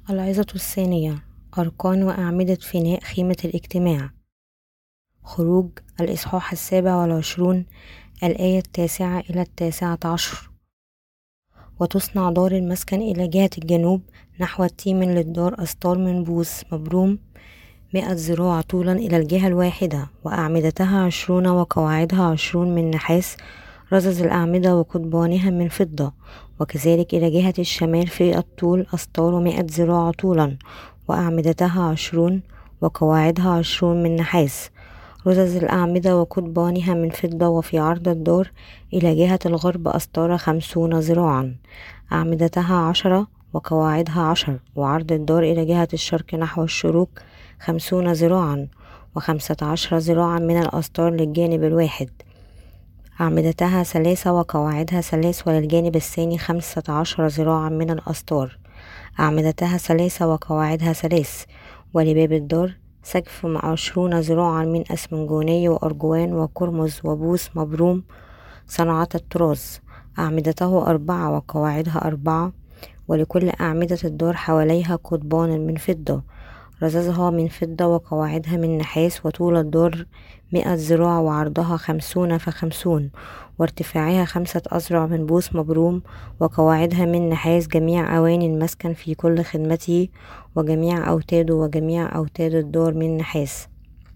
العظة الثانية: أركان وأعمدة فناء خيمة الاجتماع. خروج الإصحاح 27 الآية 9 إلى 19. وتصنع دار المسكن إلى جهة الجنوب نحو التيمن للدار أستار من بوس مبروم 100 ذراع طولا إلى الجهة الواحدة، وأعمدتها 20 وقواعدها 20 من نحاس، رزز الأعمدة وقضبانها من فضة. وكذلك إلى جهة الشمال في الطول أستار 100 ذراع طولا، وأعمدتها 20 وقواعدها 20 من نحاس، رزز الأعمدة وقضبانها من فضة. وفي عرض الدار إلى جهة الغرب أستار 50 ذراعا، أعمدتها 10 وقواعدها 10. وعرض الدار إلى جهة الشرق نحو الشروق 50 ذراعا، و15 ذراعا من الأستار للجانب الواحد، أعمدتها 3 وقواعدها 3. وللجانب الثاني 15 ذراعا من الأستار، أعمدتها 3 وقواعدها 3. ولباب الدار سقف 20 ذراعا من أسمنجوني وأرجوان وقرمز وبوس مبروم صنعة الطراز، أعمدته 4 وقواعدها 4. ولكل أعمدة الدار حواليها قضبان من فضة، رززها من فضة وقواعدها من نحاس. وطول الدار 100 ذراع، وعرضها 50 في50، وارتفاعها 5 أذرع من بوس مبروم، وقواعدها من نحاس. جميع أواني المسكن في كل خدمته، وجميع أوتاده، وجميع أوتاد الدار من نحاس.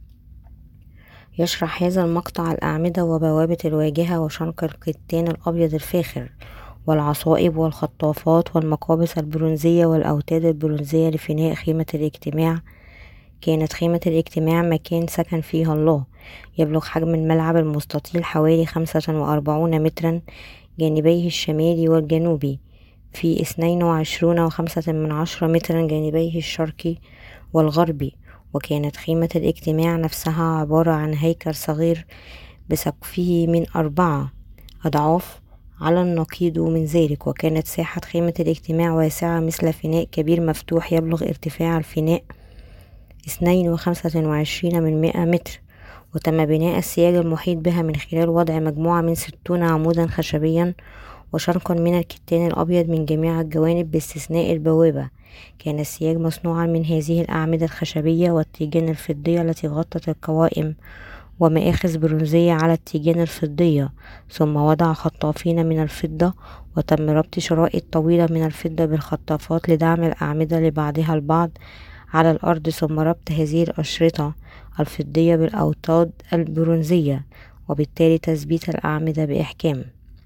يشرح هذا المقطع الأعمدة وبوابة الواجهة وشنق القتان الأبيض الفاخر، والعصائب والخطافات والمقابس البرونزية والأوتاد البرونزية لفناء خيمة الاجتماع. كانت خيمة الاجتماع مكان سكن فيها الله. يبلغ حجم الملعب المستطيل حوالي 45 مترا، جانبيه الشمالي والجنوبي في 22.5 مترا، جانبيه الشرقي والغربي. وكانت خيمة الاجتماع نفسها عبارة عن هيكل صغير بسقفه من 4 أضعاف على النقيض من ذلك. وكانت ساحة خيمة الاجتماع واسعة مثل فناء كبير مفتوح، يبلغ ارتفاع الفناء 22 متر. وتم بناء السياج المحيط بها من خلال وضع مجموعة من 60 عمودا خشبيا وشنقا من الكتان الأبيض من جميع الجوانب باستثناء البوابة. كان السياج مصنوعا من هذه الأعمدة الخشبية والتيجان الفضية التي غطت القوائم، ومآخذ برونزية على التيجان الفضية. ثم وضع خطافين من الفضة، وتم ربط شرائط طويلة من الفضة بالخطافات لدعم الأعمدة لبعضها البعض على الأرض، ثم ربط هذه الأشرطة الفضية بالأوتاد البرونزية، وبالتالي تثبيت الأعمدة بإحكام.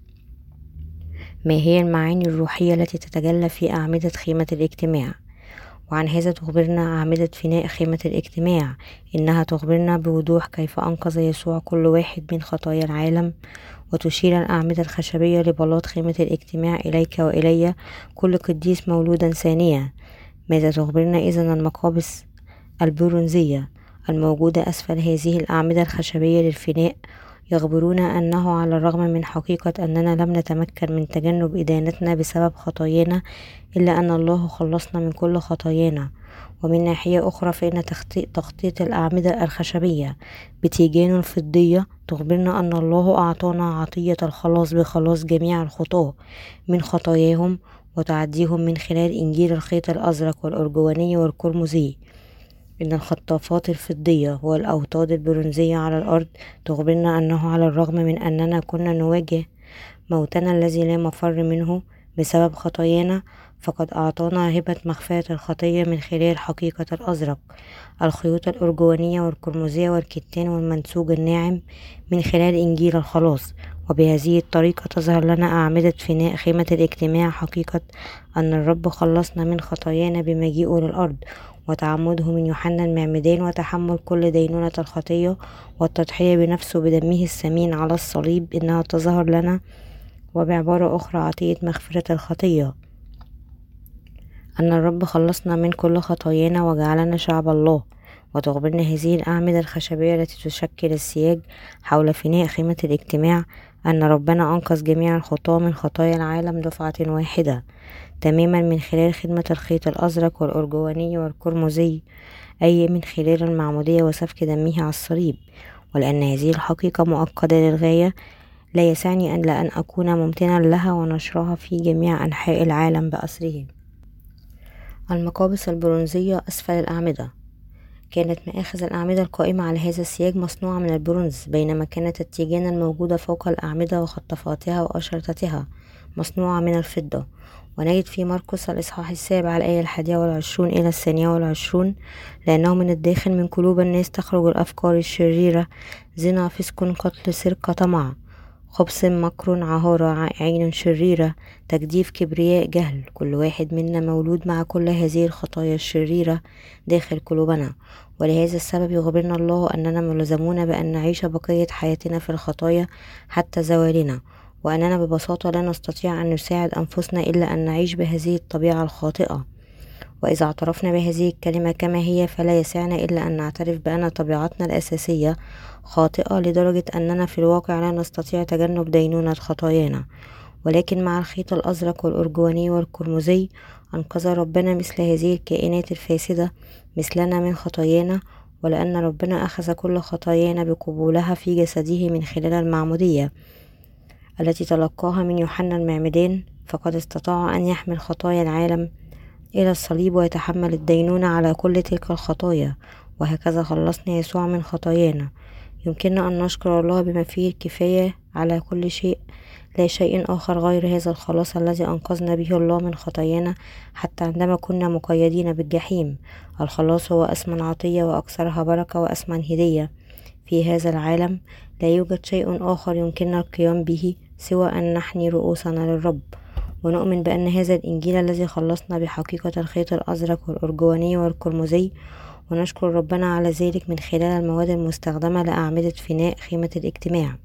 ما هي المعاني الروحية التي تتجلى في أعمدة خيمة الاجتماع؟ وعن هذا تخبرنا أعمدة فناء خيمة الاجتماع، إنها تخبرنا بوضوح كيف أنقذ يسوع كل واحد من خطايا العالم. وتشير الأعمدة الخشبية لبلاط خيمة الاجتماع إليك وإلي كل قديس مولودا ثانية. ماذا تخبرنا إذن المقابس البرونزية الموجودة أسفل هذه الأعمدة الخشبية للفناء؟ يخبرونا أنه على الرغم من حقيقة أننا لم نتمكن من تجنب إدانتنا بسبب خطايانا، إلا أن الله خلصنا من كل خطايانا. ومن ناحية أخرى فإن تخطيط الأعمدة الخشبية بتيجان فضية تخبرنا أن الله أعطانا عطية الخلاص بخلاص جميع الخطاة من خطاياهم وتعديهم من خلال إنجيل الخيط الأزرق والأرجواني والقرمزي. إن الخطافات الفضية والأوتاد البرونزية على الأرض تخبرنا أنه على الرغم من أننا كنا نواجه موتنا الذي لا مفر منه بسبب خطايانا، فقد أعطانا هبة مغفرة الخطية من خلال حقيقة الأزرق، الخيوط الأرجوانية والقرمزية والكتان والمنسوج الناعم من خلال إنجيل الخلاص. وبهذه الطريقة تظهر لنا أعمدة فناء خيمة الاجتماع حقيقة أن الرب خلصنا من خطايانا بمجيئه للأرض وتعمده من يوحنا المعمدان وتحمل كل دينونة الخطية والتضحية بنفسه بدمه الثمين على الصليب. إنها تظهر لنا وبعبارة أخرى عطية مغفرة الخطية، أن الرب خلصنا من كل خطايانا وجعلنا شعب الله. وتخبرنا هذه الأعمدة الخشبية التي تشكل السياج حول فناء خيمة الاجتماع أن ربنا أنقذ جميع الخطاة من خطايا العالم دفعة واحدة تماما من خلال خدمة الخيط الأزرق والأرجواني والقرمزي، أي من خلال المعمودية وسفك دمه على الصليب. ولأن هذه الحقيقة مؤكدة للغاية، لا يسعني إلا أن أكون ممتنا لها ونشرها في جميع أنحاء العالم بأسره. المقابس البرونزية أسفل الأعمدة. كانت مآخذ الأعمدة القائمة على هذا السياج مصنوعة من البرونز، بينما كانت التيجان الموجودة فوق الأعمدة وخطافاتها وأشرطتها مصنوعة من الفضة. ونجد في مرقس الإصحاح 7 الآية 21 إلى 22: لأنه من الداخل من قلوب الناس تخرج الأفكار الشريرة، زنا، فسق، قتل، سرقة، طمع، خبث، مكر، عهارة، عين شريرة، تجديف، كبرياء، جهل. كل واحد منا مولود مع كل هذه الخطايا الشريرة داخل قلوبنا، ولهذا السبب يخبرنا الله أننا ملزمون بأن نعيش بقية حياتنا في الخطايا حتى زوالنا، وأننا ببساطة لا نستطيع أن نساعد أنفسنا إلا أن نعيش بهذه الطبيعة الخاطئة. وإذا اعترفنا بهذه الكلمة كما هي، فلا يسعنا إلا أن نعترف بأن طبيعتنا الأساسية خاطئة لدرجة أننا في الواقع لا نستطيع تجنب دينونة خطايانا. ولكن مع الخيط الأزرق والأرجواني والقرمزي أنقذ ربنا مثل هذه الكائنات الفاسدة مثلنا من خطايانا، ولأن ربنا أخذ كل خطايانا بقبولها في جسده من خلال المعمودية التي تلقاها من يوحنا المعمدان، فقد استطاع أن يحمل خطايا العالم إلى الصليب ويتحمل الدينونة على كل تلك الخطايا، وهكذا خلصنا يسوع من خطايانا. يمكننا أن نشكر الله بما فيه الكفاية على كل شيء، لا شيء آخر غير هذا الخلاص الذي أنقذنا به الله من خطايانا حتى عندما كنا مقيدين بالجحيم. الخلاص هو أثمن عطية وأكثرها بركة وأثمن هدية في هذا العالم. لا يوجد شيء آخر يمكننا القيام به سوى أن نحني رؤوسنا للرب، ونؤمن بأن هذا الإنجيل الذي خلصنا بحقيقة الخيط الأزرق والأرجواني والقرمزي، ونشكر ربنا على ذلك من خلال المواد المستخدمة لأعمدة فناء خيمة الاجتماع.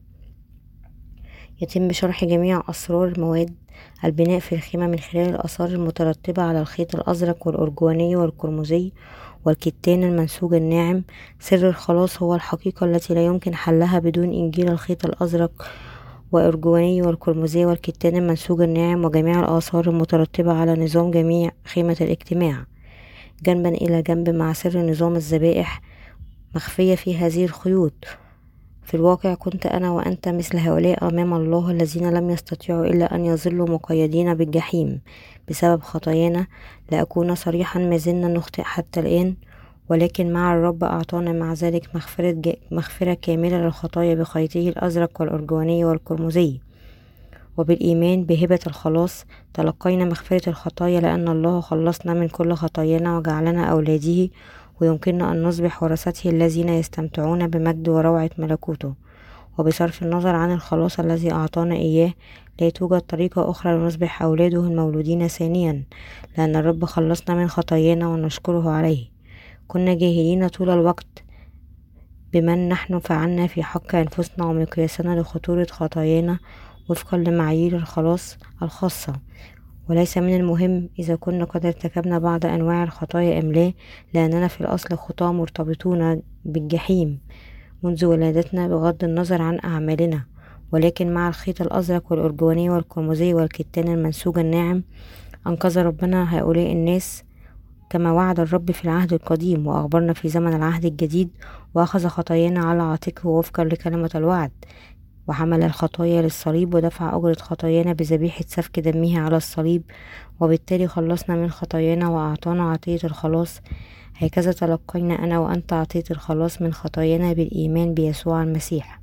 يتم شرح جميع أسرار مواد البناء في الخيمة من خلال الآثار المترتبة على الخيط الأزرق والأرجواني والقرمزي والكتان المنسوج الناعم. سر الخلاص هو الحقيقة التي لا يمكن حلها بدون إنجيل الخيط الأزرق والأرجواني والقرمزي والكتان المنسوج الناعم، وجميع الآثار المترتبة على نظام جميع خيمة الاجتماع جنبا إلى جنب مع سر نظام الذبائح مخفية في هذه الخيوط. في الواقع كنت أنا وأنت مثل هؤلاء أمام الله الذين لم يستطيعوا إلا أن يظلوا مقيدين بالجحيم بسبب خطايانا. لأكون صريحا، ما زلنا نخطئ حتى الآن، ولكن مع الرب أعطانا مع ذلك مغفرة كاملة للخطايا بخيطه الأزرق والأرجواني والقرمزي. وبالإيمان بهبة الخلاص تلقينا مغفرة الخطايا، لأن الله خلصنا من كل خطايانا وجعلنا أولاده، ويمكننا أن نصبح ورثته الذين يستمتعون بمجد وروعة ملكوته. وبصرف النظر عن الخلاص الذي أعطانا إياه، لا توجد طريقة أخرى لنصبح أولاده المولودين ثانيا، لأن الرب خلصنا من خطايانا ونشكره عليه. كنا جاهلين طول الوقت بمن نحن فعلنا في حق أنفسنا ومقياسنا لخطورة خطايانا وفقا لمعايير الخلاص الخاصة، وليس من المهم إذا كنا قد ارتكبنا بعض أنواع الخطايا أم لا، لأننا في الأصل خطاة مرتبطون بالجحيم منذ ولادتنا بغض النظر عن أعمالنا. ولكن مع الخيط الأزرق والأرجواني والقرمزي والكتان المنسوج الناعم أنقذ ربنا هؤلاء الناس كما وعد الرب في العهد القديم، وأخبرنا في زمن العهد الجديد، وأخذ خطايانا على عاتقه وفقا لكلمة الوعد، وحمل الخطايا للصليب ودفع أجرة خطايانا بذبيحة سفك دمه على الصليب، وبالتالي خلصنا من خطايانا وأعطانا عطية الخلاص. هكذا تلقينا أنا وأنت عطية الخلاص من خطايانا بالإيمان بيسوع المسيح.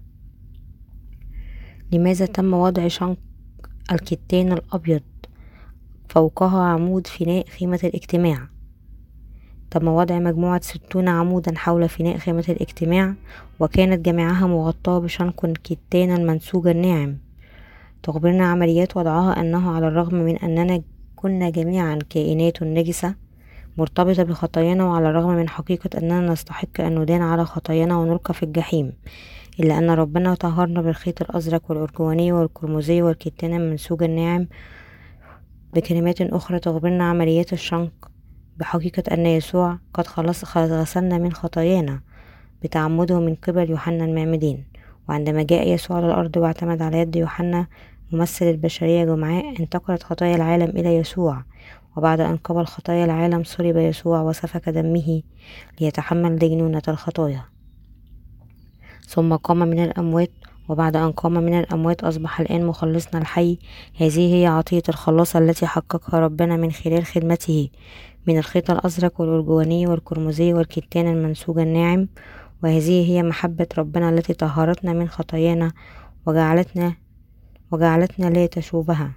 لماذا تم وضع شنق الكتان الأبيض فوقها عمود فناء خيمة الاجتماع؟ تم وضع مجموعة 60 عمودا حول فناء خيمة الاجتماع، وكانت جميعها مغطاة بشنق كتان المنسوج الناعم. تخبرنا عمليات وضعها أنه على الرغم من أننا كنا جميعا كائنات نجسة مرتبطة بخطايانا، وعلى الرغم من حقيقة أننا نستحق أن ندان على خطايانا ونلقى في الجحيم، إلا أن ربنا طهرنا بالخيط الأزرق والأرجواني والقرمزي والكتان المنسوج الناعم. بكلمات أخرى تخبرنا عمليات الشنق بحقيقة أن يسوع قد غسلنا من خطايانا بتعمده من قبل يوحنا المعمدان. وعندما جاء يسوع على الأرض واعتمد على يد يوحنا ممثل البشرية جمعاء، انتقلت خطايا العالم إلى يسوع، وبعد أن قبل خطايا العالم صلب يسوع وسفك دمه ليتحمل دينونة الخطايا، ثم قام من الأموات وبعد أن قام من الأموات أصبح الآن مخلصنا الحي. هذه هي عطية الخلاص التي حققها ربنا من خلال خدمته من الخيط الأزرق والأرجواني والقرمزي والكتان المنسوج الناعم. وهذه هي محبة ربنا التي طهرتنا من خطايانا وجعلتنا لا تشوبها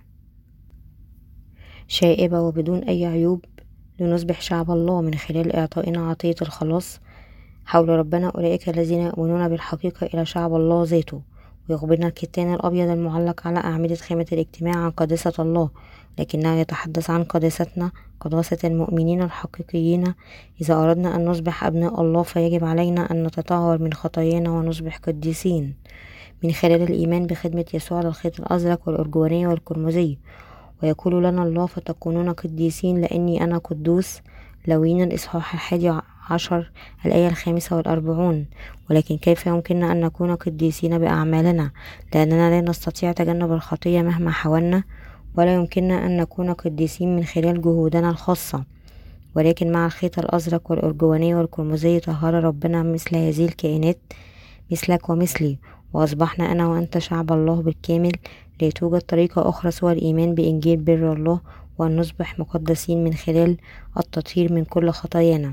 شائبة وبدون أي عيوب، لنصبح شعب الله من خلال إعطائنا عطية الخلاص. حول ربنا أولئك الذين يؤمنون بالحقيقة إلى شعب الله ذاته. ويخبرنا الكتان الأبيض المعلق على أعمدة خيمة الاجتماع عن قداسة الله، لكنه يتحدث عن قداستنا، قداسة المؤمنين الحقيقيين. إذا أردنا أن نصبح أبناء الله فيجب علينا أن نتطهر من خطايانا ونصبح قديسين من خلال الإيمان بخدمة يسوع للخيط الأزرق والأرجواني والقرمزي. ويقول لنا الله فتكونون قديسين لأني أنا قدوس. لاويين الإصحاح 11 الآية 45. ولكن كيف يمكننا أن نكون قديسين بأعمالنا؟ لأننا لا نستطيع تجنب الخطية مهما حاولنا، ولا يمكننا أن نكون قديسين من خلال جهودنا الخاصة. ولكن مع الخيط الأزرق والأرجواني والقرمزي طهر ربنا مثل هذه الكائنات مثلك ومثلي، وأصبحنا أنا وأنت شعب الله بالكامل. لا توجد طريقة أخرى سوى الإيمان بإنجيل بر الله، وأن نصبح مقدسين من خلال التطهير من كل خطايانا.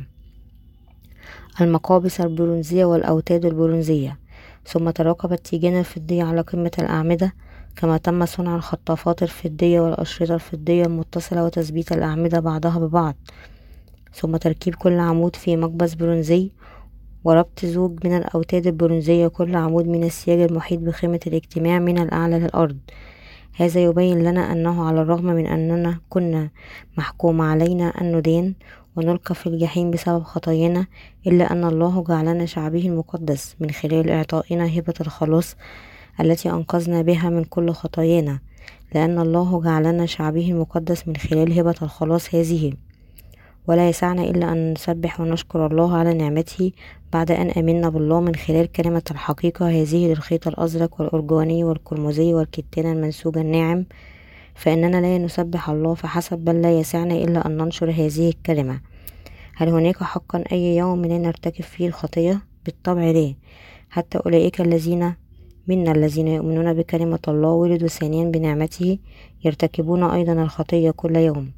المقابس البرونزية والأوتاد البرونزية. ثم تراكبت تيجان الفضية على قمة الأعمدة، كما تم صنع الخطافات الفضية والأشرطة الفضية المتصلة وتثبيت الأعمدة بعضها ببعض. ثم تركيب كل عمود في مقبس برونزي، وربط زوج من الأوتاد البرونزية كل عمود من السياج المحيط بخيمة الاجتماع من الأعلى للأرض. هذا يبين لنا أنه على الرغم من أننا كنا محكوم علينا أن ندين ونلقى في الجحيم بسبب خطايانا، إلا أن الله جعلنا شعبه المقدس من خلال إعطائنا هبة الخلاص التي أنقذنا بها من كل خطايانا. لأن الله جعلنا شعبه المقدس من خلال هبة الخلاص هذه، ولا يسعنا إلا أن نسبح ونشكر الله على نعمته بعد أن آمنا بالله من خلال كلمة الحقيقة هذه للخيط الأزرق والأرجواني والقرمزي والكتان المنسوج الناعم. فإننا لا نسبح الله فحسب، بل لا يسعنا إلا أن ننشر هذه الكلمة. هل هناك حقا أي يوم لا نرتكب فيه الخطية؟ بالطبع لا. حتى أولئك الذين يؤمنون بكلمة الله ولدوا ثانيا بنعمته يرتكبون أيضا الخطية كل يوم.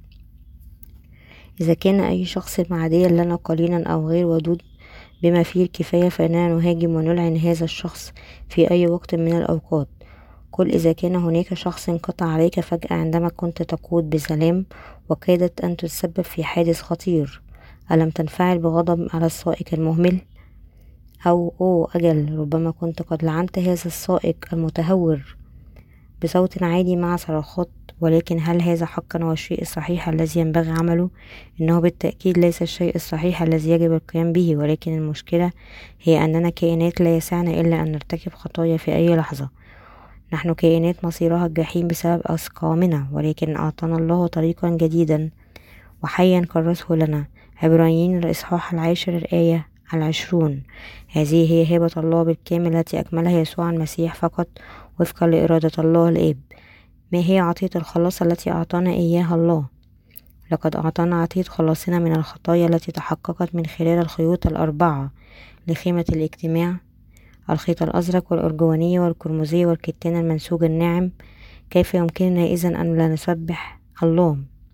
إذا كان أي شخص معديا لنا قليلا أو غير ودود بما فيه الكفاية، فإننا نهاجم ونلعن هذا الشخص في أي وقت من الأوقات. قل إذا كان هناك شخص انقطع عليك فجأة عندما كنت تقود بسلام وكادت أن تتسبب في حادث خطير، ألم تنفعل بغضب على السائق المهمل؟ أو أجل، ربما كنت قد لعنت هذا السائق المتهور بصوت عالي مع صراخات. ولكن هل هذا حقا هو الشيء الصحيح الذي ينبغي عمله؟ إنه بالتأكيد ليس الشيء الصحيح الذي يجب القيام به، ولكن المشكلة هي أننا كائنات لا يسعنا إلا أن نرتكب خطايا في أي لحظة. نحن كائنات مصيرها الجحيم بسبب أسقامنا، ولكن أعطانا الله طريقا جديدا وحيا كرسه لنا. عبرانيين الإصحاح 10 الآية 20. هذه هي هبة الله بالكامل التي أكملها يسوع المسيح فقط وفقا لإرادة الله الآب. ما هي عطية الخلاص التي أعطانا إياها الله؟ لقد أعطانا عطية خلاصنا من الخطايا التي تحققت من خلال الخيوط الأربعة لخيمة الاجتماع: الخيط الأزرق والأرجواني والقرمزي والكتان المنسوج الناعم. كيف يمكننا إذن أن لا نسبح الله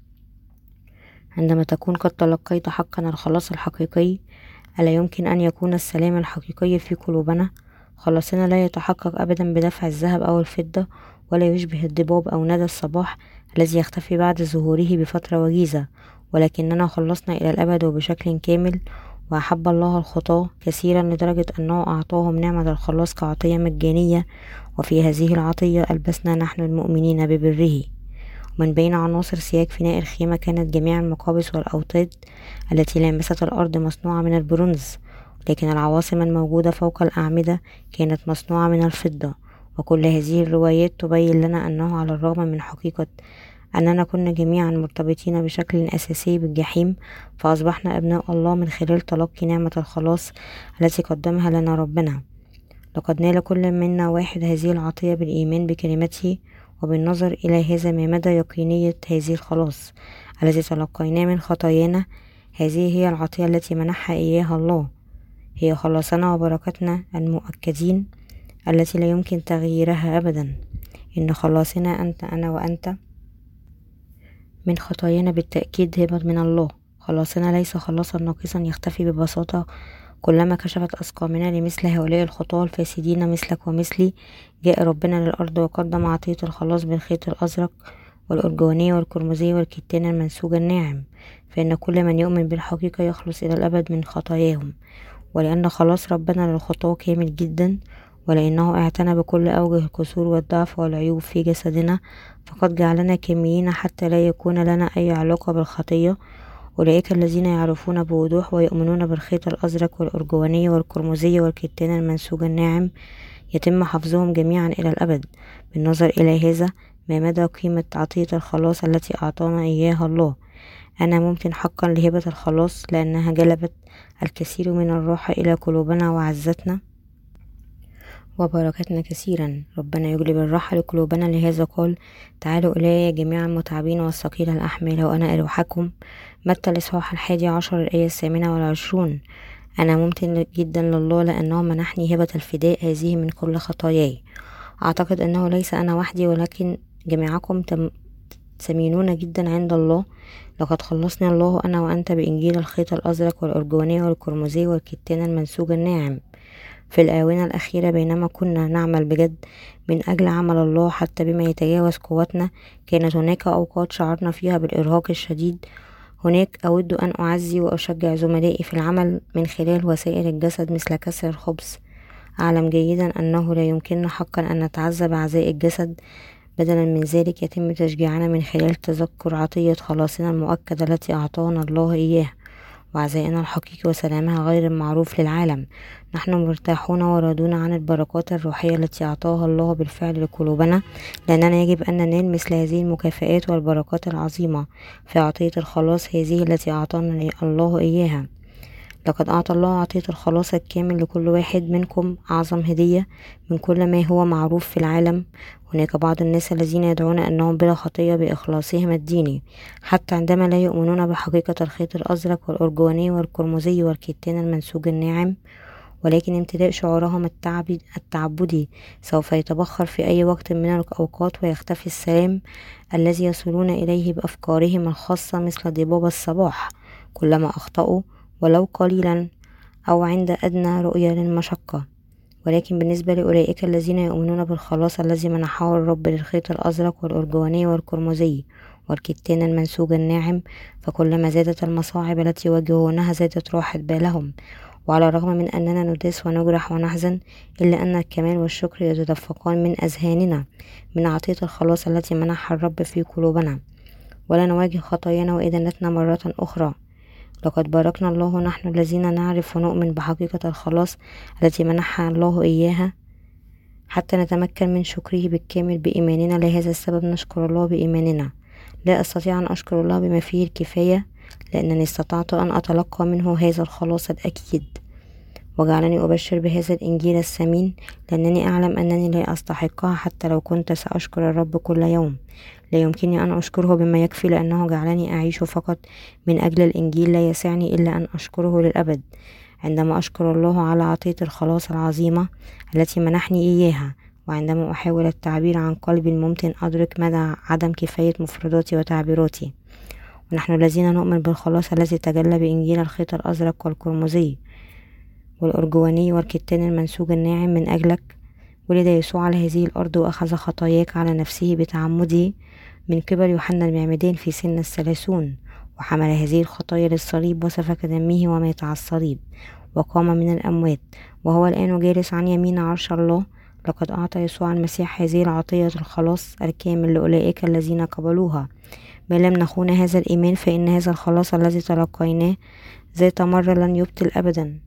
عندما تكون قد تلقيت حقا الخلاص الحقيقي؟ ألا يمكن أن يكون السلام الحقيقي في قلوبنا؟ خلاصنا لا يتحقق أبدا بدفع الذهب أو الفضة، ولا يشبه الضباب أو ندى الصباح الذي يختفي بعد ظهوره بفترة وجيزة، ولكننا خلصنا إلى الأبد وبشكل كامل. وأحب الله الخطاة كثيرا لدرجة أنه أعطاهم نعمة الخلاص كعطية مجانية، وفي هذه العطية ألبسنا نحن المؤمنين ببره. ومن بين عناصر سياج فناء الخيمة كانت جميع المقابس والأوتاد التي لامست الأرض مصنوعة من البرونز، لكن العواصم الموجودة فوق الأعمدة كانت مصنوعة من الفضة. وكل هذه الروايات تبين لنا أنه على الرغم من حقيقة أننا كنا جميعا مرتبطين بشكل أساسي بالجحيم، فأصبحنا أبناء الله من خلال تلقي نعمة الخلاص التي قدمها لنا ربنا. لقد نال كل منا واحد هذه العطية بالإيمان بكلمته، وبالنظر إلى هذا ما مدى يقينية هذه الخلاص التي تلقيناه من خطايانا. هذه هي العطية التي منحها إياها الله، هي خلاصنا وبركتنا المؤكدين التي لا يمكن تغييرها أبدا. إن خلاصنا أنت، أنا وأنت، من خطايانا بالتأكيد هبة من الله. خلاصنا ليس خلاصا ناقصا يختفي ببساطة. كلما كشفت أسقامنا لمثل هؤلاء الخطاة الفاسدين مثلك ومثلي، جاء ربنا للأرض وقدم عطية الخلاص بالخيط الأزرق والأرجوانية والقرمزية والكتان المنسوج الناعم، فإن كل من يؤمن بالحقيقة يخلص إلى الأبد من خطاياهم. ولأن خلاص ربنا للخطاة كامل جدا، ولأنه اعتنى بكل أوجه الكسور والضعف والعيوب في جسدنا، فقد جعلنا كاملين حتى لا يكون لنا أي علاقة بالخطية. أولئك الذين يعرفون بوضوح ويؤمنون بالخيط الأزرق والأرجوانية والقرمزية والكتان المنسوج الناعم يتم حفظهم جميعا إلى الأبد. بالنظر إلى هذا، ما مدى قيمة عطية الخلاص التي أعطانا إياها الله. أنا ممتن حقا لهبة الخلاص، لأنها جلبت الكثير من الراحة إلى قلوبنا وعزتنا وبركتنا كثيرا. ربنا يجلب الراحة لقلوبنا، لهذا قال: تعالوا إلي جميعا متعبين والثقيل الأحمال وأنا أريحكم. متى الإصحاح 11 الآية 28. أنا ممتن جدا لله لأنه منحني هبة الفداء هذه من كل خطاياي. أعتقد أنه ليس أنا وحدي، ولكن جميعكم ثمينون جدا عند الله. لقد خلصني الله أنا وأنت بإنجيل الخيط الأزرق والأرجوانية والقرمزي والكتان المنسوج الناعم. في الآونة الأخيرة بينما كنا نعمل بجد من أجل عمل الله حتى بما يتجاوز قوتنا، كانت هناك أوقات شعرنا فيها بالإرهاق الشديد. هناك أود أن أعزي وأشجع زملائي في العمل من خلال وسائل الجسد مثل كسر الخبز. أعلم جيدا أنه لا يمكننا حقا أن نتعذب بعزاء الجسد. بدلا من ذلك يتم تشجيعنا من خلال تذكر عطية خلاصنا المؤكدة التي أعطانا الله إياه، وعزائنا الحقيقي وسلامها غير المعروف للعالم. نحن مرتاحون وراضون عن البركات الروحية التي أعطاها الله بالفعل لقلوبنا، لأننا يجب أن ننال مثل هذه المكافآت والبركات العظيمة في عطية الخلاص هذه التي أعطانا الله إياها. لقد أعطى الله عطية الخلاص الكامل لكل واحد منكم، أعظم هدية من كل ما هو معروف في العالم. هناك بعض الناس الذين يدعون أنهم بلا خطية بإخلاصهم الديني، حتى عندما لا يؤمنون بحقيقة الخيط الأزرق والأرجواني والقرمزي والكتان المنسوج الناعم. ولكن امتلاء شعورهم التعبدي سوف يتبخر في أي وقت من الأوقات، ويختفي السلام الذي يصلون إليه بأفكارهم الخاصة مثل ضباب الصباح كلما أخطأوا ولو قليلا أو عند أدنى رؤية للمشقة. ولكن بالنسبة لأولئك الذين يؤمنون بالخلاص الذي منحه الرب للخيط الأزرق والأرجواني والقرمزي والكتان المنسوج الناعم، فكلما زادت المصاعب التي يواجهونها زادت راحة بالهم. وعلى الرغم من أننا نداس ونجرح ونحزن، إلا أن الكمال والشكر يتدفقان من أذهاننا من عطية الخلاص التي منحها الرب في قلوبنا، ولا نواجه خطايانا وإدانتنا مرة أخرى. لقد باركنا الله نحن الذين نعرف ونؤمن بحقيقة الخلاص التي منحها الله إياها، حتى نتمكن من شكره بالكامل بإيماننا. لهذا السبب نشكر الله بإيماننا. لا أستطيع أن أشكر الله بما فيه الكفاية، لأنني استطعت أن أتلقى منه هذا الخلاص الأكيد، وجعلني أبشر بهذا الإنجيل الثمين، لأنني أعلم أنني لا أستحقها حتى لو كنت سأشكر الرب كل يوم. لا يمكنني أن أشكره بما يكفي، لأنه جعلني أعيش فقط من أجل الإنجيل. لا يسعني إلا أن أشكره للأبد. عندما أشكر الله على عطية الخلاص العظيمة التي منحني إياها، وعندما أحاول التعبير عن قلبي الممتن، أدرك مدى عدم كفاية مفرداتي وتعبيراتي. ونحن الذين نؤمن بالخلاص الذي تجلى بإنجيل الخيط الأزرق والقرمزي والأرجواني والكتان المنسوج الناعم من أجلك، ولد يسوع على هذه الأرض وأخذ خطاياك على نفسه بتعمده من قبل يوحنا المعمدان في سن 30، وحمل هذه الخطايا للصليب وسفك دمه ومات على الصليب وقام من الأموات، وهو الآن جالس عن يمين عرش الله. لقد أعطى يسوع المسيح هذه العطية الخلاص الكامل لأولئك الذين قبلوها. ما لم نخون هذا الإيمان، فإن هذا الخلاص الذي تلقيناه ذات مرة لن يبطل أبدا،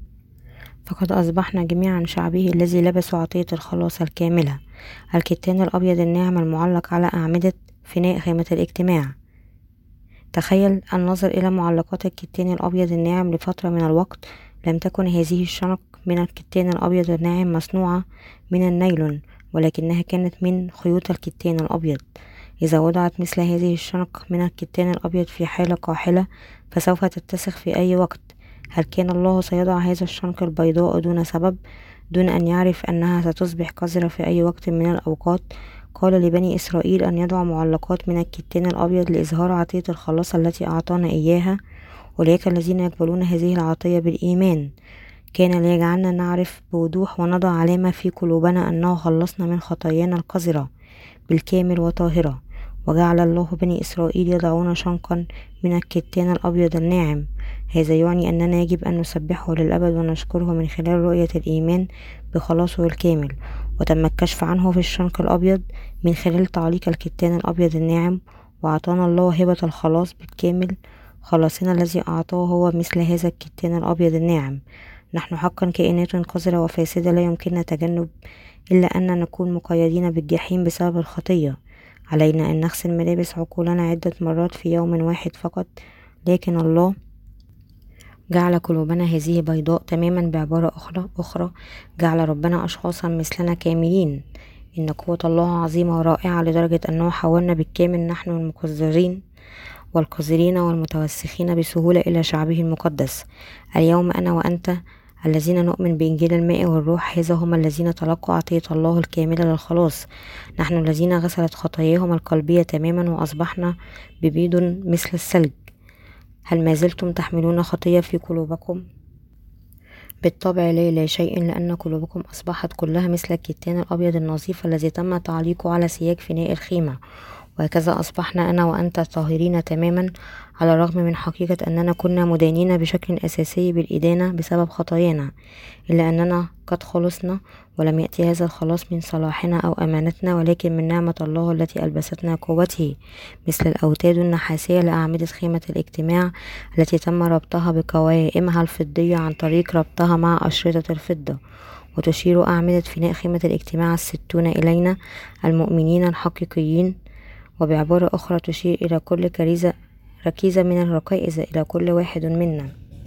فقد أصبحنا جميعا شعبه الذي لبسوا عطية الخلاص الكاملة، الكتان الأبيض الناعم المعلق على أعمدة فناء خيمة الاجتماع. تخيل النظر إلى معلقات الكتان الأبيض الناعم لفترة من الوقت. لم تكن هذه الشنق من الكتان الأبيض الناعم مصنوعة من النايلون، ولكنها كانت من خيوط الكتان الأبيض. إذا وضعت مثل هذه الشنق من الكتان الأبيض في حالة قاحلة فسوف تتسخ في أي وقت. هل كان الله سيضع هذا الشنق البيضاء دون سبب؟ دون أن يعرف أنها ستصبح قذرة في أي وقت من الأوقات. قال لبني إسرائيل أن يضعوا معلقات من الكتان الأبيض لإظهار عطية الخلاص التي أعطانا إياها، أولئك الذين يقبلون هذه العطية بالإيمان كان ليجعلنا نعرف بوضوح ونضع علامة في قلوبنا أنه خلصنا من خطايانا القذرة بالكامل وطاهرة. وجعل الله بني إسرائيل يضعون شنقا من الكتان الأبيض الناعم. هذا يعني أننا يجب أن نسبحه للأبد ونشكره من خلال رؤية الإيمان بخلاصه الكامل. وتم الكشف عنه في الشنق الأبيض من خلال تعليق الكتان الأبيض الناعم، وأعطانا الله هبة الخلاص بالكامل. خلاصنا الذي أعطاه هو مثل هذا الكتان الأبيض الناعم. نحن حقا كائنات قذرة وفاسدة لا يمكننا تجنب إلا أن نكون مقيدين بالجحيم بسبب الخطية. علينا أن نغسل ملابس عقولنا عدة مرات في يوم واحد فقط، لكن الله جعل قلوبنا هذه بيضاء تماما. بعبارة أخرى جعل ربنا أشخاصا مثلنا كاملين. إن قوة الله عظيمة ورائعة لدرجة أنه حولنا بالكامل نحن المقذرين والقذرين والمتوسخين بسهولة إلى شعبه المقدس. اليوم أنا وأنت الذين نؤمن بإنجيل الماء والروح، هذا هم الذين تلقوا عطية الله الكاملة للخلاص. نحن الذين غسلت خطاياهم القلبية تماما وأصبحنا ببيض مثل الثلج. هل ما زلتم تحملون خطية في قلوبكم؟ بالطبع لا شيء، لأن قلوبكم أصبحت كلها مثل الكتان الأبيض النظيف الذي تم تعليقه على سياج فناء الخيمة. وهكذا أصبحنا أنا وأنت طاهرين تماما، على الرغم من حقيقة أننا كنا مدانين بشكل أساسي بالإدانة بسبب خطايانا، إلا أننا قد خلصنا. ولم يأتي هذا الخلاص من صلاحنا أو أمانتنا، ولكن من نعمة الله التي ألبستنا قوته، مثل الأوتاد النحاسية لأعمدة خيمة الاجتماع التي تم ربطها بقوائمها الفضية عن طريق ربطها مع أشرطة الفضة. وتشير أعمدة فناء خيمة الاجتماع 60 إلينا المؤمنين الحقيقيين. وبعبارة أخرى تشير إلى كل ركيزة من الركائز إلى كل واحد منا.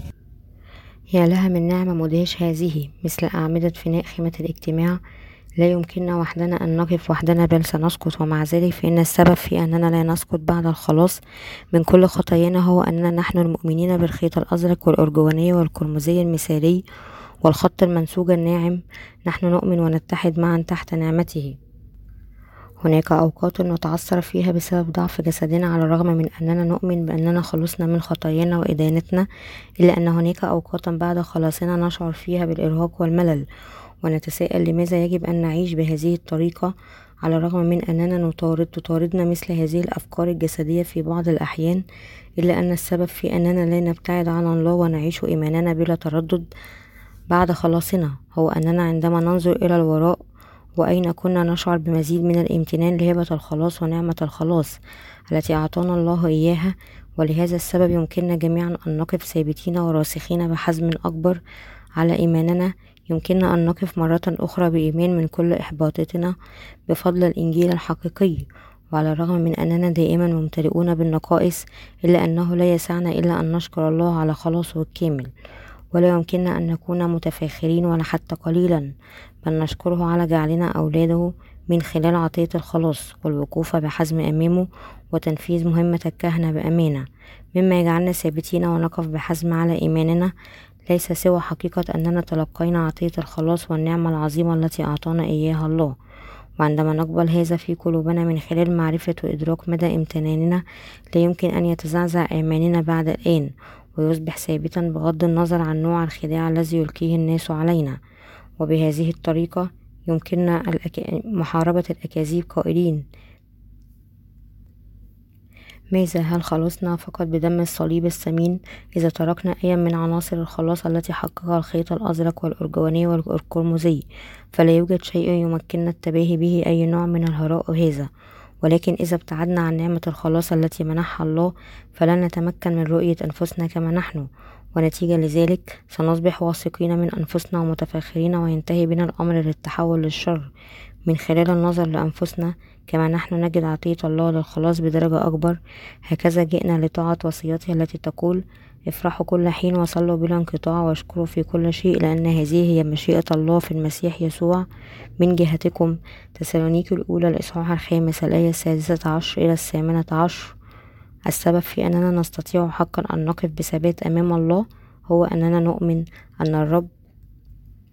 يا لها من نعمة مدهش هذه، مثل أعمدة فناء خيمة الاجتماع. لا يمكننا وحدنا أن نقف وحدنا، بل سنسقط. ومع ذلك فإن السبب في أننا لا نسقط بعد الخلاص من كل خطايانا هو أننا نحن المؤمنين بالخيط الأزرق والأرجواني والقرمزي المثالي والخط المنسوج الناعم. نحن نؤمن ونتحد معا تحت نعمته. هناك أوقات نتعثر فيها بسبب ضعف جسدنا، على الرغم من أننا نؤمن بأننا خلصنا من خطايانا وإدانتنا، إلا أن هناك أوقات بعد خلاصنا نشعر فيها بالإرهاق والملل، ونتساءل لماذا يجب أن نعيش بهذه الطريقة، على الرغم من أننا تطاردنا مثل هذه الأفكار الجسدية في بعض الأحيان. إلا أن السبب في أننا لا نبتعد عن الله ونعيش إيماننا بلا تردد بعد خلاصنا هو أننا عندما ننظر إلى الوراء وأين كنا نشعر بمزيد من الامتنان لهبة الخلاص ونعمة الخلاص التي أعطانا الله إياها. ولهذا السبب يمكننا جميعا أن نقف ثابتين وراسخين بحزم أكبر على إيماننا. يمكننا أن نقف مرة أخرى بإيمان من كل إحباطاتنا بفضل الإنجيل الحقيقي. وعلى الرغم من أننا دائما ممتلئون بالنقائص، إلا أنه لا يسعنا إلا أن نشكر الله على خلاصه الكامل. ولا يمكننا أن نكون متفاخرين ولا حتى قليلا، بل نشكره على جعلنا أولاده من خلال عطية الخلاص والوقوف بحزم أمامه وتنفيذ مهمة الكهنة بأمانة، مما يجعلنا ثابتين ونقف بحزم على إيماننا. ليس سوى حقيقة أننا تلقينا عطية الخلاص والنعمة العظيمة التي أعطانا إياها الله. وعندما نقبل هذا في قلوبنا من خلال معرفة وإدراك مدى امتناننا، لا يمكن أن يتزعزع إيماننا بعد الآن، ويصبح ثابتا بغض النظر عن نوع الخداع الذي يلقيه الناس علينا. وبهذه الطريقة يمكننا محاربة الأكاذيب قائلين: ماذا؟ هل خلصنا فقط بدم الصليب الثمين؟ إذا تركنا أي من عناصر الخلاص التي حققها الخيط الأزرق والأرجواني والقرمزي، فلا يوجد شيء يمكننا التباهي به أي نوع من الهراء هذا. ولكن إذا ابتعدنا عن نعمة الخلاص التي منحها الله، فلن نتمكن من رؤية أنفسنا كما نحن، ونتيجة لذلك سنصبح واثقين من أنفسنا ومتفاخرين، وينتهي بنا الأمر للتحول للشر. من خلال النظر لأنفسنا كما نحن نجد عطية الله للخلاص بدرجة أكبر. هكذا جئنا لطاعة وصيته التي تقول: افرحوا كل حين وصلوا بلا انقطاع واشكروا في كل شيء، لأن هذه هي مشيئة الله في المسيح يسوع من جهتكم. تسالونيكي الأولى الإصحاح 5 الآية 16 إلى 18. السبب في أننا نستطيع حقا أن نقف بثبات أمام الله هو أننا نؤمن أن الرب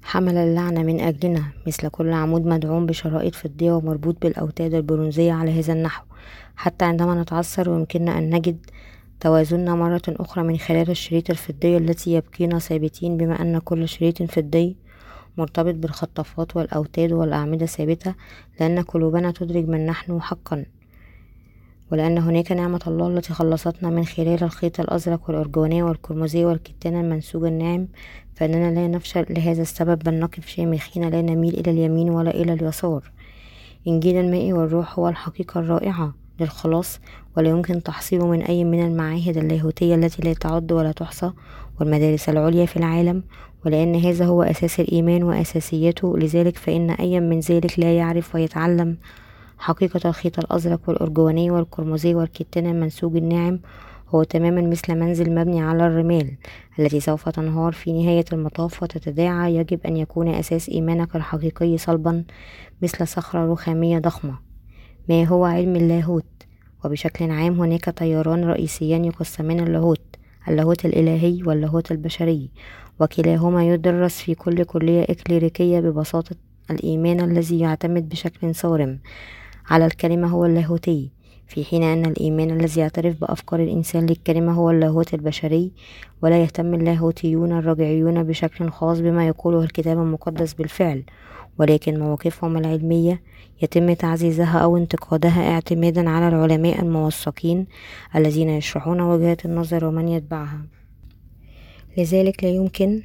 حمل اللعنة من أجلنا مثل كل عمود مدعوم بشرائط فضية ومربوط بالأوتاد البرونزية على هذا النحو، حتى عندما نتعثر ويمكننا أن نجد توازننا مرة أخرى من خلال الشريط الفضي التي يبقينا ثابتين، بما أن كل شريط فضي مرتبط بالخطافات والأوتاد والأعمدة ثابتة، لأن قلوبنا تدرك من نحن حقا، ولأن هناك نعمة الله التي خلصتنا من خلال الخيط الأزرق والأرجواني والقرمزي والكتان المنسوج الناعم، فإننا لا نفشل لهذا السبب، بل نقف شامخين لا نميل إلى اليمين ولا إلى اليسار. إنجيل الماء والروح هو الحقيقة الرائعة للخلاص، ولا يمكن تحصيله من أي من المعاهد اللاهوتية التي لا تعد ولا تحصى والمدارس العليا في العالم، ولأن هذا هو أساس الإيمان وأساسيته. لذلك فإن أي من ذلك لا يعرف ويتعلم حقيقة الخيط الأزرق والأرجواني والقرمزي والكتان المنسوج الناعم، هو تماما مثل منزل مبني على الرمال التي سوف تنهار في نهاية المطاف وتتداعى. يجب أن يكون أساس إيمانك الحقيقي صلبا مثل صخرة رخامية ضخمة. ما هو علم اللاهوت؟ وبشكل عام هناك تياران رئيسيان يقسمان اللاهوت الإلهي واللاهوت البشري، وكلاهما يدرس في كل كلية إكليريكية. ببساطة الإيمان الذي يعتمد بشكل صارم على الكلمة هو اللاهوتي، في حين أن الإيمان الذي يعترف بأفكار الإنسان للكلمة هو اللاهوت البشري. ولا يهتم اللاهوتيون الرجعيون بشكل خاص بما يقوله الكتاب المقدس بالفعل، ولكن مواقفهم العلمية يتم تعزيزها أو انتقادها اعتمادا على العلماء الموثقين الذين يشرحون وجهات النظر ومن يتبعها. لذلك لا يمكن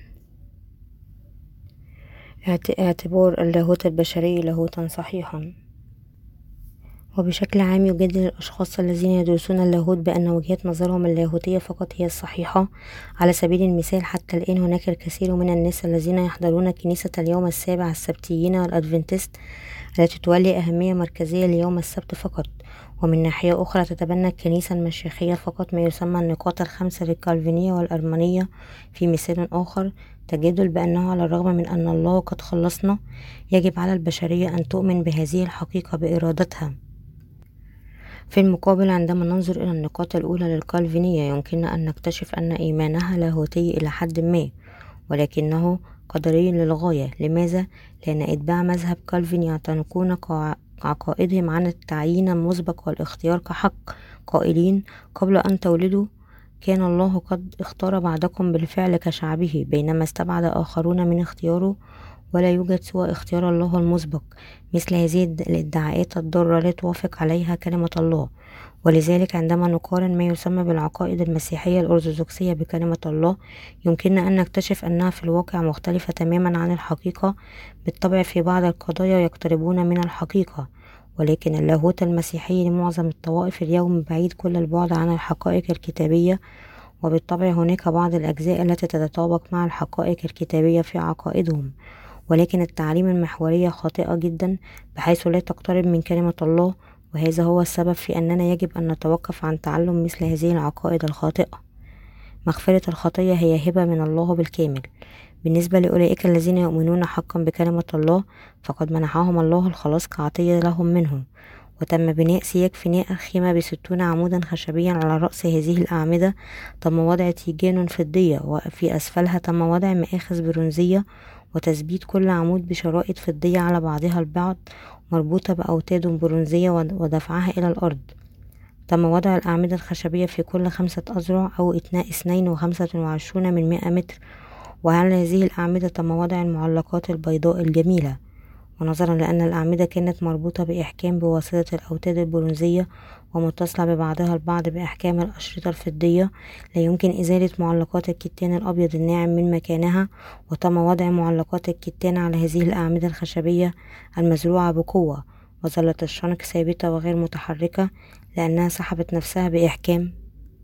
اعتبار اللاهوت البشري لاهوتا صحيحا. وبشكل عام يجادل الأشخاص الذين يدرسون اللاهوت بأن وجهات نظرهم اللاهوتية فقط هي الصحيحة. على سبيل المثال، حتى الآن هناك الكثير من الناس الذين يحضرون كنيسة اليوم السابع السبتيين والأدفنتست التي تولي أهمية مركزية ليوم السبت فقط، ومن ناحية أخرى تتبنى الكنيسة المشيخية فقط ما يسمى النقاط الخمسة للكالفينية والأرمنية. في مثال آخر، تجادل بأنه على الرغم من أن الله قد خلصنا، يجب على البشرية أن تؤمن بهذه الحقيقة بإرادتها. في المقابل، عندما ننظر إلى النقاط الأولى للكالفينية، يمكننا أن نكتشف أن إيمانها لاهوتي إلى حد ما، ولكنه قدري للغاية. لماذا؟ لأن أتباع مذهب كالفين يعتنقون عقائدهم عن التعيين المسبق والاختيار كحق، قائلين: قبل أن تولدوا كان الله قد اختار بعضكم بالفعل كشعبه، بينما استبعد آخرون من اختياره، ولا يوجد سوى اختيار الله المسبق. مثل هذه الادعاءات الضارة لا توافق عليها كلمة الله. ولذلك عندما نقارن ما يسمى بالعقائد المسيحية الأرثوذكسية بكلمة الله، يمكننا أن نكتشف أنها في الواقع مختلفة تماما عن الحقيقة. بالطبع في بعض القضايا يقتربون من الحقيقة، ولكن اللاهوت المسيحي لمعظم الطوائف اليوم بعيد كل البعد عن الحقائق الكتابية. وبالطبع هناك بعض الأجزاء التي تتطابق مع الحقائق الكتابية في عقائدهم، ولكن التعاليم المحورية خاطئة جدا بحيث لا تقترب من كلمة الله. وهذا هو السبب في أننا يجب أن نتوقف عن تعلم مثل هذه العقائد الخاطئة. مغفرة الخطية هي هبة من الله بالكامل. بالنسبة لأولئك الذين يؤمنون حقا بكلمة الله، فقد منحهم الله الخلاص كعطية لهم منه، وتم بناء سياج فناء خيمة ب60 عمودا خشبيا. على رأس هذه الأعمدة تم وضع تيجان فضية، وفي أسفلها تم وضع مآخذ برونزية، وتثبيت كل عمود بشرائط فضية على بعضها البعض مربوطة بأوتاد برونزية ودفعها إلى الأرض. تم وضع الأعمدة الخشبية في كل 5 أذرع أو 2.25 من 100 متر. وعلى هذه الأعمدة تم وضع المعلقات البيضاء الجميلة. ونظرا لأن الأعمدة كانت مربوطة بإحكام بواسطة الأوتاد البرونزية ومتصلة ببعضها البعض بأحكام الأشرطة الفضية، لا يمكن إزالة معلقات الكتان الأبيض الناعم من مكانها. وتم وضع معلقات الكتان على هذه الأعمدة الخشبية المزروعة بقوة، وظلت الشنق ثابتة وغير متحركة لأنها سحبت نفسها بإحكام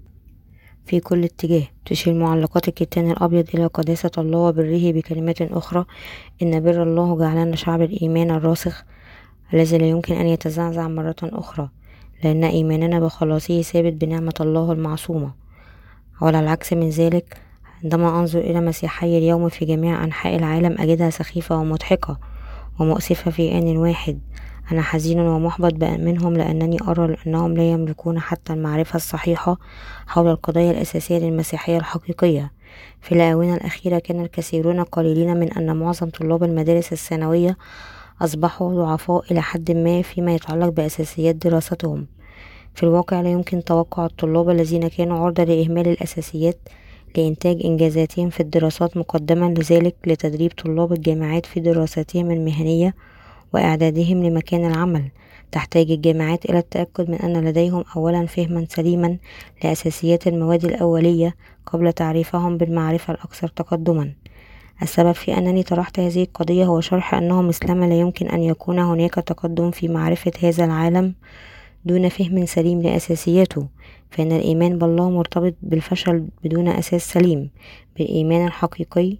في كل اتجاه. تشير معلقات الكتان الأبيض إلى قداسة الله وبره. بكلمات أخرى، إن بر الله جعلنا شعب الإيمان الراسخ الذي لا يمكن أن يتزعزع مرة أخرى، لأن إيماننا بخلاصه ثابت بنعمة الله المعصومة. وعلى العكس من ذلك، عندما أنظر إلى مسيحي اليوم في جميع أنحاء العالم أجدها سخيفة ومضحكة ومؤسفة في آن واحد. أنا حزين ومحبط منهم، لأنني أرى أنهم لا يملكون حتى المعرفة الصحيحة حول القضايا الأساسية للمسيحية الحقيقية. في الآونة الأخيرة كان الكثيرون قليلين من أن معظم طلاب المدارس الثانوية أصبحوا ضعفاء إلى حد ما فيما يتعلق بأساسيات دراستهم. في الواقع لا يمكن توقع الطلاب الذين كانوا عرضة لإهمال الأساسيات لإنتاج إنجازاتهم في الدراسات مقدما لذلك لتدريب طلاب الجامعات في دراستهم المهنية وإعدادهم لمكان العمل. تحتاج الجامعات إلى التأكد من أن لديهم أولا فهما سليما لأساسيات المواد الأولية قبل تعريفهم بالمعرفة الأكثر تقدما. السبب في أنني طرحت هذه القضية هو شرح أنه مثلما لا يمكن أن يكون هناك تقدم في معرفة هذا العالم دون فهم سليم لأساسياته، فإن الإيمان بالله مرتبط بالفشل بدون أساس سليم. بالإيمان الحقيقي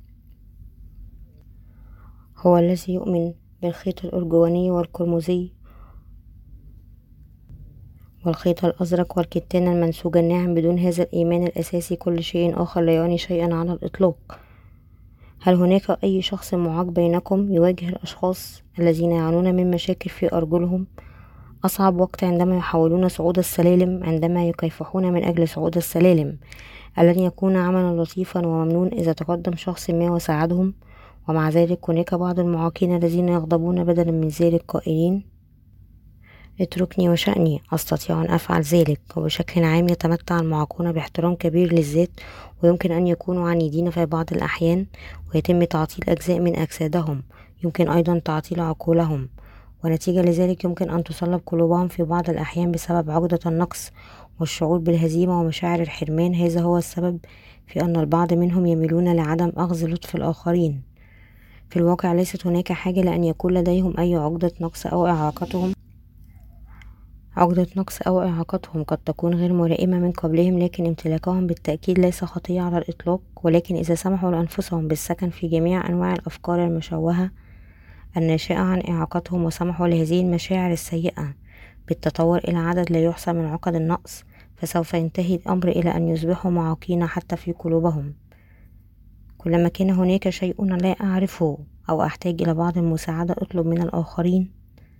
هو الذي يؤمن بالخيط الأرجواني والقرمزي والخيط الأزرق والكتان المنسوج الناعم. بدون هذا الإيمان الأساسي كل شيء آخر لا يعني شيئا على الإطلاق. هل هناك أي شخص معاق بينكم يواجه الأشخاص الذين يعانون من مشاكل في أرجلهم؟ أصعب وقت عندما يحاولون صعود السلالم، عندما يكافحون من أجل صعود السلالم. ألن يكون عملا لطيفا وممنون إذا تقدم شخص ما وساعدهم؟ ومع ذلك هناك بعض المعاقين الذين يغضبون بدلا من ذلك قائلين: اتركني وشأني، أستطيع أن أفعل ذلك. وبشكل عام يتمتع المعاقون باحترام كبير للذات، ويمكن أن يكونوا عنيدين في بعض الأحيان، ويتم تعطيل أجزاء من أجسادهم، يمكن أيضا تعطيل عقولهم، ونتيجة لذلك يمكن أن تصلب قلوبهم في بعض الأحيان بسبب عقدة النقص والشعور بالهزيمة ومشاعر الحرمان. هذا هو السبب في أن البعض منهم يميلون لعدم أخذ لطف الآخرين. في الواقع ليست هناك حاجة لأن يكون لديهم أي عقدة نقص أو إعاقتهم قد تكون غير ملائمة من قبلهم، لكن امتلاكهم بالتأكيد ليس خطية على الإطلاق. ولكن إذا سمحوا لأنفسهم بالسكن في جميع أنواع الأفكار المشوهة الناشئة عن إعاقتهم، وسمحوا لهذه المشاعر السيئة بالتطور إلى عدد لا يحصى من عقد النقص، فسوف ينتهي الأمر إلى أن يصبحوا معاقين حتى في قلوبهم. كلما كان هناك شيء لا أعرفه أو أحتاج إلى بعض المساعدة أطلب من الآخرين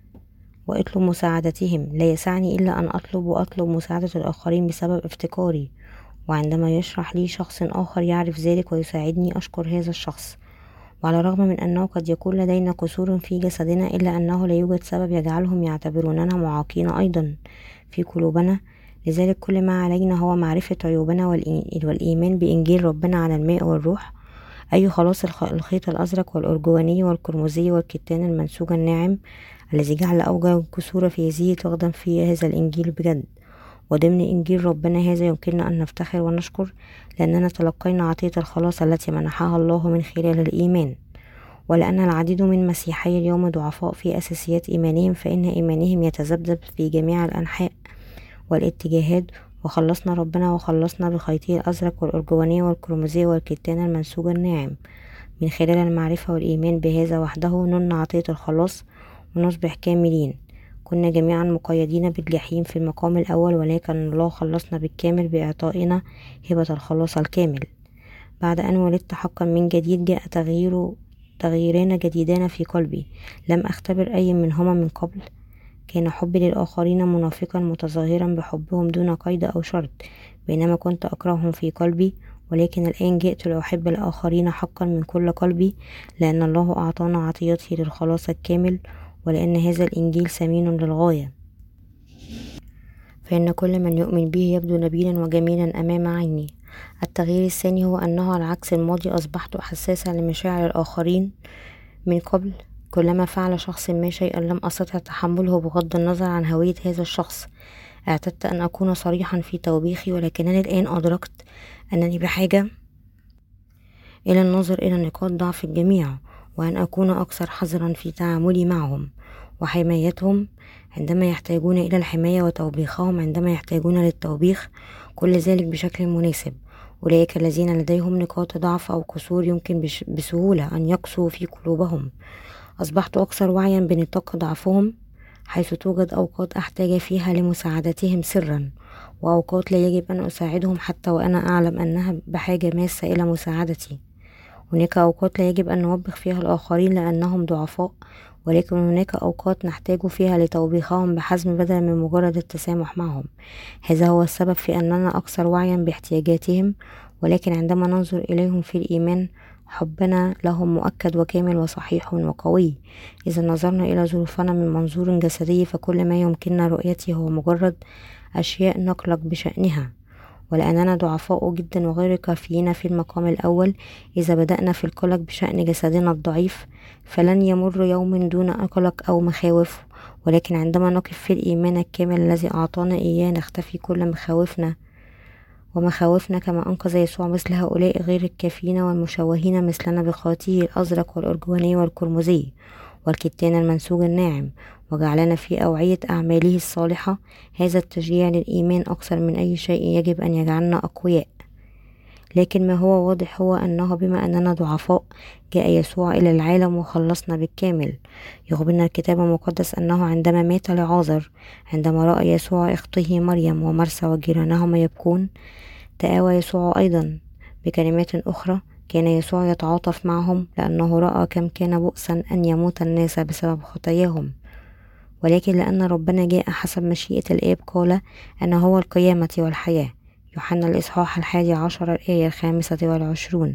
وأطلب مساعدتهم. لا يسعني إلا أن أطلب مساعدة الآخرين بسبب افتقاري، وعندما يشرح لي شخص آخر يعرف ذلك ويساعدني أشكر هذا الشخص. وعلى الرغم من أنه قد يكون لدينا قصور في جسدنا، إلا أنه لا يوجد سبب يجعلهم يعتبروننا معاقين أيضا في قلوبنا. لذلك كل ما علينا هو معرفة عيوبنا والإيمان بإنجيل ربنا على الماء والروح، أي خلاص الخيط الأزرق والأرجواني والقرمزي والكتان المنسوج الناعم الذي جعل أوجه الكسور في هذه تقدم في هذا الإنجيل بجد. وضمن إنجيل ربنا هذا يمكننا أن نفتخر ونشكر لأننا تلقينا عطية الخلاص التي منحها الله من خلال الإيمان. ولأن العديد من مسيحي اليوم ضعفاء في أساسيات إيمانهم، فإن إيمانهم يتذبذب في جميع الأنحاء والاتجاهات، وخلصنا ربنا وخلصنا بخيطه الأزرق والأرجواني والقرمزي والكتان المنسوج الناعم. من خلال المعرفة والإيمان بهذا وحده نلنا عطية الخلاص ونصبح كاملين. كنا جميعا مقيدين بالجحيم في المقام الأول، ولكن الله خلصنا بالكامل بإعطائنا هبة الخلاص الكامل. بعد أن ولدت حقا من جديد جاء تغييران جديدان في قلبي لم أختبر أي منهما من قبل. كان حبي للآخرين منافقا متظاهرا بحبهم دون قيد أو شرط، بينما كنت أكرههم في قلبي. ولكن الآن جئت لأحب الآخرين حقا من كل قلبي، لأن الله أعطانا عطيته للخلاص الكامل، ولأن هذا الإنجيل ثمين للغاية. فإن كل من يؤمن به يبدو نبيلا وجميلا أمام عيني. التغيير الثاني هو أنه على عكس الماضي أصبحت حساسا لمشاعر الآخرين من قبل. كلما فعل شخص ما شيئا لم أستطع تحمله بغض النظر عن هوية هذا الشخص. اعتدت أن أكون صريحا في توبيخي، ولكنني الآن أدركت أنني بحاجة إلى النظر إلى نقاط ضعف الجميع، وأن أكون أكثر حذرا في تعاملي معهم وحمايتهم عندما يحتاجون إلى الحماية، وتوبيخهم عندما يحتاجون للتوبيخ. كل ذلك بشكل مناسب. أولئك الذين لديهم نقاط ضعف أو قصور يمكن بسهولة أن يقسوا في قلوبهم. أصبحت أكثر وعيا بنطاق ضعفهم، حيث توجد أوقات أحتاج فيها لمساعدتهم سرا، وأوقات لا يجب أن أساعدهم حتى وأنا أعلم أنها بحاجة ماسة إلى مساعدتي. هناك أوقات لا يجب أن نوبخ فيها الآخرين لأنهم ضعفاء، ولكن هناك أوقات نحتاج فيها لتوبيخهم بحزم بدلا من مجرد التسامح معهم. هذا هو السبب في أننا أكثر وعيا باحتياجاتهم، ولكن عندما ننظر إليهم في الإيمان حبنا لهم مؤكد وكامل وصحيح وقوي. إذا نظرنا إلى ظروفنا من منظور جسدي فكل ما يمكننا رؤيته هو مجرد أشياء نقلق بشأنها، ولأننا ضعفاء جدا وغير كافيين في المقام الأول. إذا بدأنا في القلق بشأن جسدنا الضعيف فلن يمر يوم دون قلق أو مخاوف، ولكن عندما نقف في الإيمان الكامل الذي أعطانا إياه نختفي كل مخاوفنا كما أنقذ يسوع مثل هؤلاء غير الكافيين والمشوهين مثلنا بخاطيه الأزرق والأرجواني والقرمزي والكتان المنسوج الناعم، وجعلنا في أوعية أعماله الصالحة. هذا التشجيع للإيمان أكثر من أي شيء يجب أن يجعلنا أقوياء. لكن ما هو واضح هو أنه بما أننا ضعفاء جاء يسوع إلى العالم وخلصنا بالكامل. يخبرنا الكتاب المقدس أنه عندما مات لعازر، عندما رأى يسوع أخته مريم ومرثا وجيرانهما يبكون، تآوى يسوع أيضا. بكلمات أخرى كان يسوع يتعاطف معهم لأنه رأى كم كان بؤسا أن يموت الناس بسبب خطاياهم، ولكن لأن ربنا جاء حسب مشيئة الآب قال أنا هو القيامة والحياة. يوحنا الإصحاح 11 الآية 25.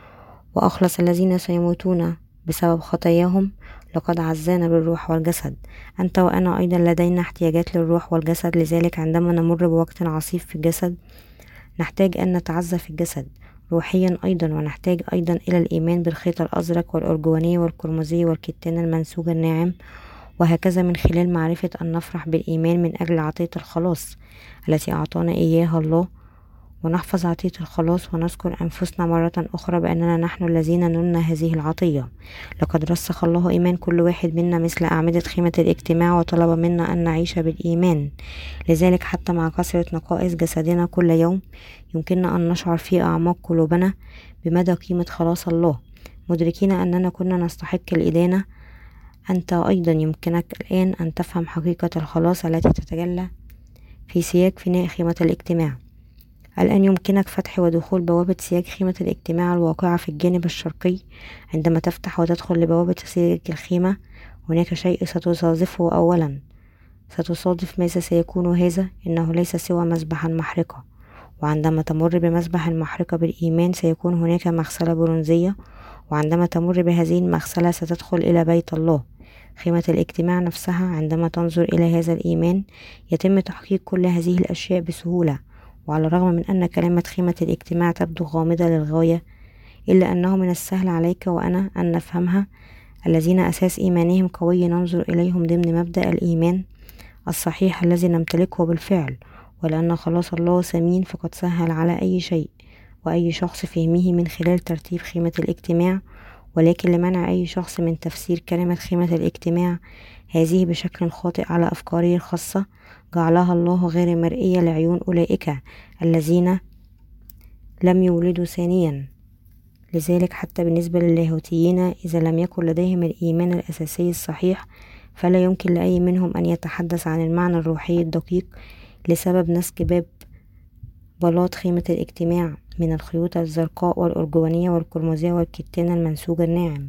وأخلص الذين سيموتون بسبب خطاياهم لقد عزانا بالروح والجسد. أنت وأنا أيضا لدينا احتياجات للروح والجسد، لذلك عندما نمر بوقت عصيب في الجسد نحتاج أن نتعزى في الجسد روحيا أيضا، ونحتاج أيضا إلى الإيمان بالخيط الأزرق والأرجواني والقرمزي والكتان المنسوج الناعم، وهكذا من خلال معرفة أن نفرح بالإيمان من أجل عطية الخلاص التي أعطانا إياها الله، ونحفظ عطية الخلاص ونذكر أنفسنا مرة أخرى بأننا نحن الذين نلنا هذه العطية. لقد رسخ الله إيمان كل واحد منا مثل أعمدة خيمة الاجتماع، وطلب منا أن نعيش بالإيمان. لذلك حتى مع كثرة نقائص جسدنا كل يوم يمكننا أن نشعر في أعماق قلوبنا بمدى قيمة خلاص الله، مدركين أننا كنا نستحق الإدانة. أنت أيضا يمكنك الآن أن تفهم حقيقة الخلاص التي تتجلى في سياج فناء خيمة الاجتماع. الآن يمكنك فتح ودخول بوابة سياج خيمة الاجتماع الواقعة في الجانب الشرقي. عندما تفتح وتدخل لبوابة سياج الخيمة هناك شيء ستصادفه. أولا ستصادف ماذا سيكون هذا؟ إنه ليس سوى مذبحا محرقة، وعندما تمر بمذبح المحرقة بالإيمان سيكون هناك مغسلة برونزية، وعندما تمر بهذه المغسلة ستدخل إلى بيت الله خيمة الاجتماع نفسها. عندما تنظر إلى هذا الإيمان يتم تحقيق كل هذه الأشياء بسهولة، وعلى الرغم من أن كلمة خيمة الاجتماع تبدو غامضة للغاية إلا أنه من السهل عليك وأنا أن نفهمها. الذين أساس إيمانهم قوي ننظر إليهم ضمن مبدأ الإيمان الصحيح الذي نمتلكه بالفعل، ولأن خلاص الله ثمين فقد سهل على أي شيء وأي شخص فهمه من خلال ترتيب خيمة الاجتماع. ولكن لمنع أي شخص من تفسير كلمة خيمة الاجتماع هذه بشكل خاطئ على أفكاره الخاصة جعلها الله غير مرئية لعيون أولئك الذين لم يولدوا ثانيا. لذلك حتى بالنسبة للاهوتيين إذا لم يكن لديهم الإيمان الأساسي الصحيح فلا يمكن لأي منهم أن يتحدث عن المعنى الروحي الدقيق لسبب نسج باب بلاط خيمة الاجتماع من الخيوط الزرقاء والأرجوانية والقرمزية والكتان المنسوج الناعم،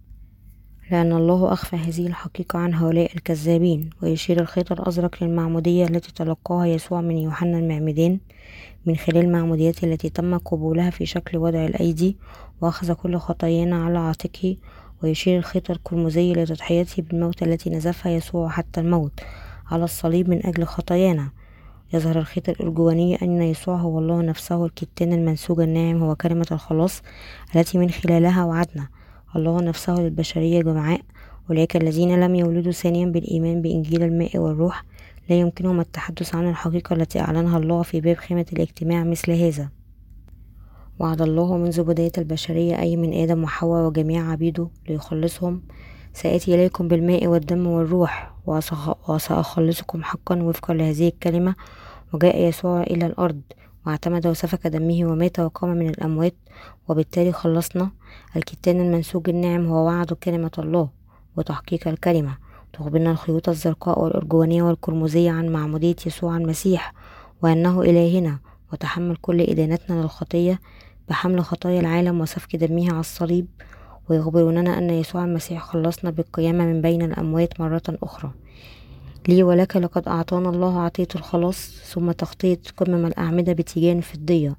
لأن الله أخفى هذه الحقيقة عن هؤلاء الكذابين. ويشير الخيط الأزرق للمعمودية التي تلقاها يسوع من يوحنا المعمدان من خلال المعموديات التي تم قبولها في شكل وضع الأيدي وأخذ كل خطايانا على عاتقه. ويشير الخيط القرمزي لتضحيته بالموت التي نزفها يسوع حتى الموت على الصليب من أجل خطايانا. يظهر الخيط الأرجواني أن يسوع هو الله نفسه. الكتان المنسوج الناعم هو كلمة الخلاص التي من خلالها وعدنا الله نفسه للبشرية جمعاء. أولئك الذين لم يولدوا ثانيا بالإيمان بإنجيل الماء والروح لا يمكنهم التحدث عن الحقيقة التي أعلنها الله في باب خيمة الاجتماع مثل هذا. وعد الله منذ بداية البشرية أي من آدم وحواء وجميع عبيده ليخلصهم. سآتي إليكم بالماء والدم والروح وسأخلصكم حقا وفقا لهذه الكلمة. وجاء يسوع إلى الأرض واعتمد وسفك دمه ومات وقام من الأموات وبالتالي خلصنا. الكتان المنسوج الناعم هو وعد كلمة الله وتحقيق الكلمة. تخبرنا الخيوط الزرقاء والأرجوانية والقرمزية عن معمودية يسوع المسيح وأنه إلهنا وتحمل كل إدانتنا للخطية بحمل خطايا العالم وسفك دمه على الصليب. ويخبروننا أن يسوع المسيح خلصنا بالقيامة من بين الأموات مرة أخرى. لي ولك لقد أعطانا الله عطية الخلاص ثم تغطية قمم الأعمدة بتيجان فضية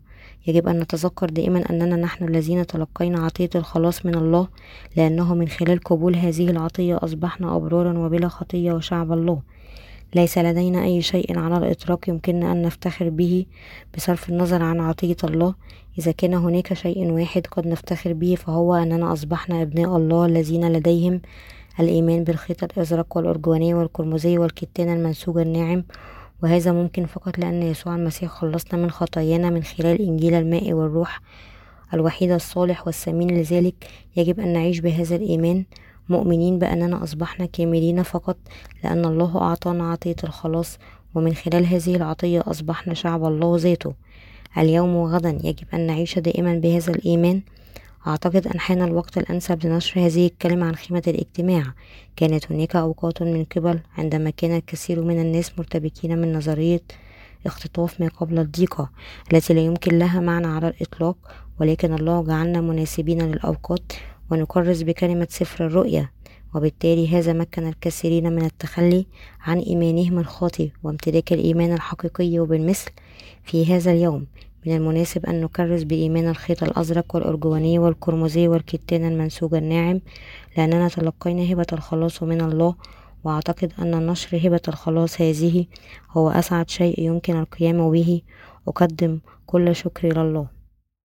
يجب أن نتذكر دائما أننا نحن الذين تلقينا عطية الخلاص من الله، لأنه من خلال قبول هذه العطية أصبحنا أبرارا وبلا خطية وشعب الله. ليس لدينا أي شيء على الإطلاق يمكننا أن نفتخر به بصرف النظر عن عطية الله. إذا كان هناك شيء واحد قد نفتخر به فهو أننا أصبحنا أبناء الله الذين لديهم الإيمان بالخيط الأزرق والأرجواني والقرمزي والكتان المنسوج الناعم، وهذا ممكن فقط لأن يسوع المسيح خلصنا من خطايانا من خلال إنجيل الماء والروح الوحيد الصالح والثمين. لذلك يجب أن نعيش بهذا الإيمان مؤمنين بأننا أصبحنا كاملين فقط لأن الله أعطانا عطية الخلاص، ومن خلال هذه العطية أصبحنا شعب الله ذاته. اليوم وغدا يجب أن نعيش دائما بهذا الإيمان. أعتقد أن حان الوقت الأنسب لنشر هذه الكلمة عن خيمة الاجتماع. كانت هناك أوقات من قبل عندما كان الكثير من الناس مرتبكين من نظرية اختطاف ما قبل الضيقة التي لا يمكن لها معنى على الإطلاق، ولكن الله جعلنا مناسبين للأوقات ونكرس بكلمة سفر الرؤيا، وبالتالي هذا مكن الكثيرين من التخلي عن إيمانهم الخاطئ وامتلاك الإيمان الحقيقي. وبالمثل في هذا اليوم من المناسب أن نكرس بإيمان الخيط الأزرق والأرجواني والقرمزي والكتان المنسوج الناعم، لأننا تلقينا هبة الخلاص من الله. وأعتقد أن نشر هبة الخلاص هذه هو أسعد شيء يمكن القيام به. أقدم كل شكر لله.